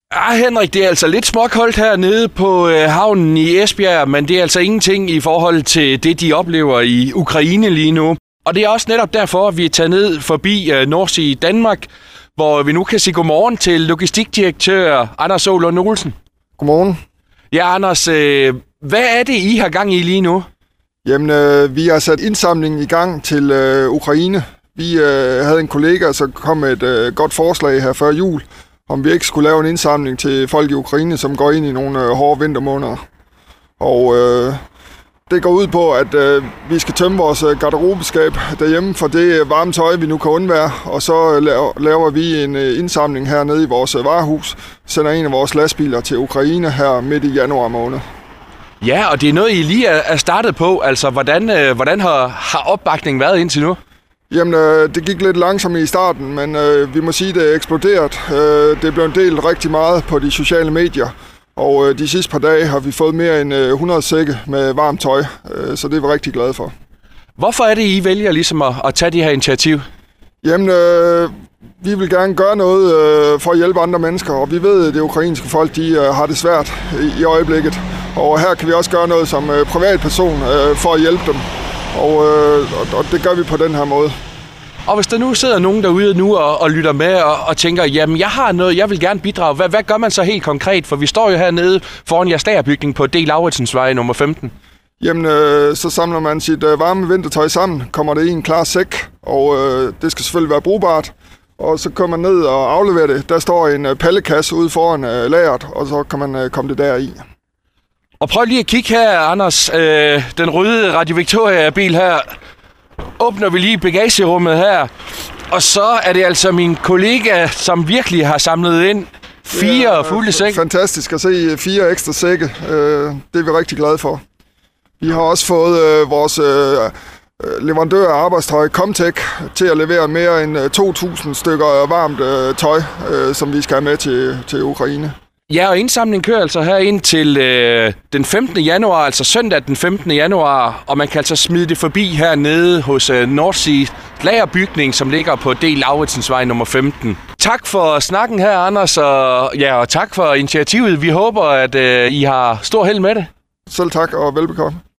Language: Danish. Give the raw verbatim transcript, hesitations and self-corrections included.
Ja, Henrik, det er altså lidt småkoldt hernede på øh, havnen i Esbjerg, men det er altså ingenting i forhold til det, de oplever i Ukraine lige nu. Og det er også netop derfor, at vi er taget ned forbi øh, Nordsee Danmark, hvor vi nu kan sige godmorgen til logistikdirektør Anders Aulund Olsen. Godmorgen. Ja, Anders, øh, hvad er det, I har gang i lige nu? Jamen, øh, vi har sat indsamling i gang til øh, Ukraine. Vi øh, havde en kollega, som kom med et øh, godt forslag her før jul, om vi ikke skulle lave en indsamling til folk i Ukraine, som går ind i nogle øh, hårde vintermåneder. Og øh, det går ud på, at øh, vi skal tømme vores garderobeskab derhjemme for det varme tøj, vi nu kan undvære. Og så laver vi en øh, indsamling hernede i vores varehus, sender en af vores lastbiler til Ukraine her midt i januar måned. Ja, og det er noget, I lige er startet på. Altså, hvordan, øh, hvordan har, har opbakningen været indtil nu? Jamen, øh, det gik lidt langsomt i starten, men øh, vi må sige, det er eksploderet. Øh, det er blevet delt rigtig meget på de sociale medier, og øh, de sidste par dage har vi fået mere end øh, hundrede sække med varmt tøj, øh, så det er vi rigtig glade for. Hvorfor er det, I vælger ligesom at, at tage det her initiativ? Jamen, øh, vi vil gerne gøre noget øh, for at hjælpe andre mennesker, og vi ved, at det ukrainske folk de, øh, har det svært i, i øjeblikket. Og her kan vi også gøre noget som øh, privatperson øh, for at hjælpe dem. Og, øh, og det gør vi på den her måde. Og hvis der nu sidder nogen derude nu og, og lytter med og, og tænker, jamen jeg har noget, jeg vil gerne bidrage. Hvad, hvad gør man så helt konkret? For vi står jo hernede foran jeres lagerbygning på D. Lauritzensvej nummer femten. Jamen, øh, så samler man sit øh, varme vintertøj sammen, kommer det i en klar sæk, og øh, det skal selvfølgelig være brugbart. Og så kommer man ned og afleverer det. Der står en øh, pallekasse ude foran øh, lageret, og så kan man øh, komme det der i. Og prøv lige at kigge her, Anders. Øh, den røde Radio Victoria-bil her. Åbner vi lige bagagerummet her. Og så er det altså min kollega, som virkelig har samlet ind fire ja, fulde sække. Fantastisk at se fire ekstra sække. Øh, det er vi rigtig glade for. Vi har også fået øh, vores øh, leverandør af arbejdstøj, Comtech, til at levere mere end to tusind stykker varmt øh, tøj, øh, som vi skal have med til, til Ukraine. Ja, og indsamlingen kører altså her ind til øh, den femtende januar, altså søndag den femtende januar, og man kan altså smide det forbi hernede hos øh, Nordsee lagerbygning, som ligger på D. Lauritzensvej nummer femten. Tak for snakken her, Anders, og, ja, og tak for initiativet. Vi håber, at øh, I har stor held med det. Selv tak og velbekomme.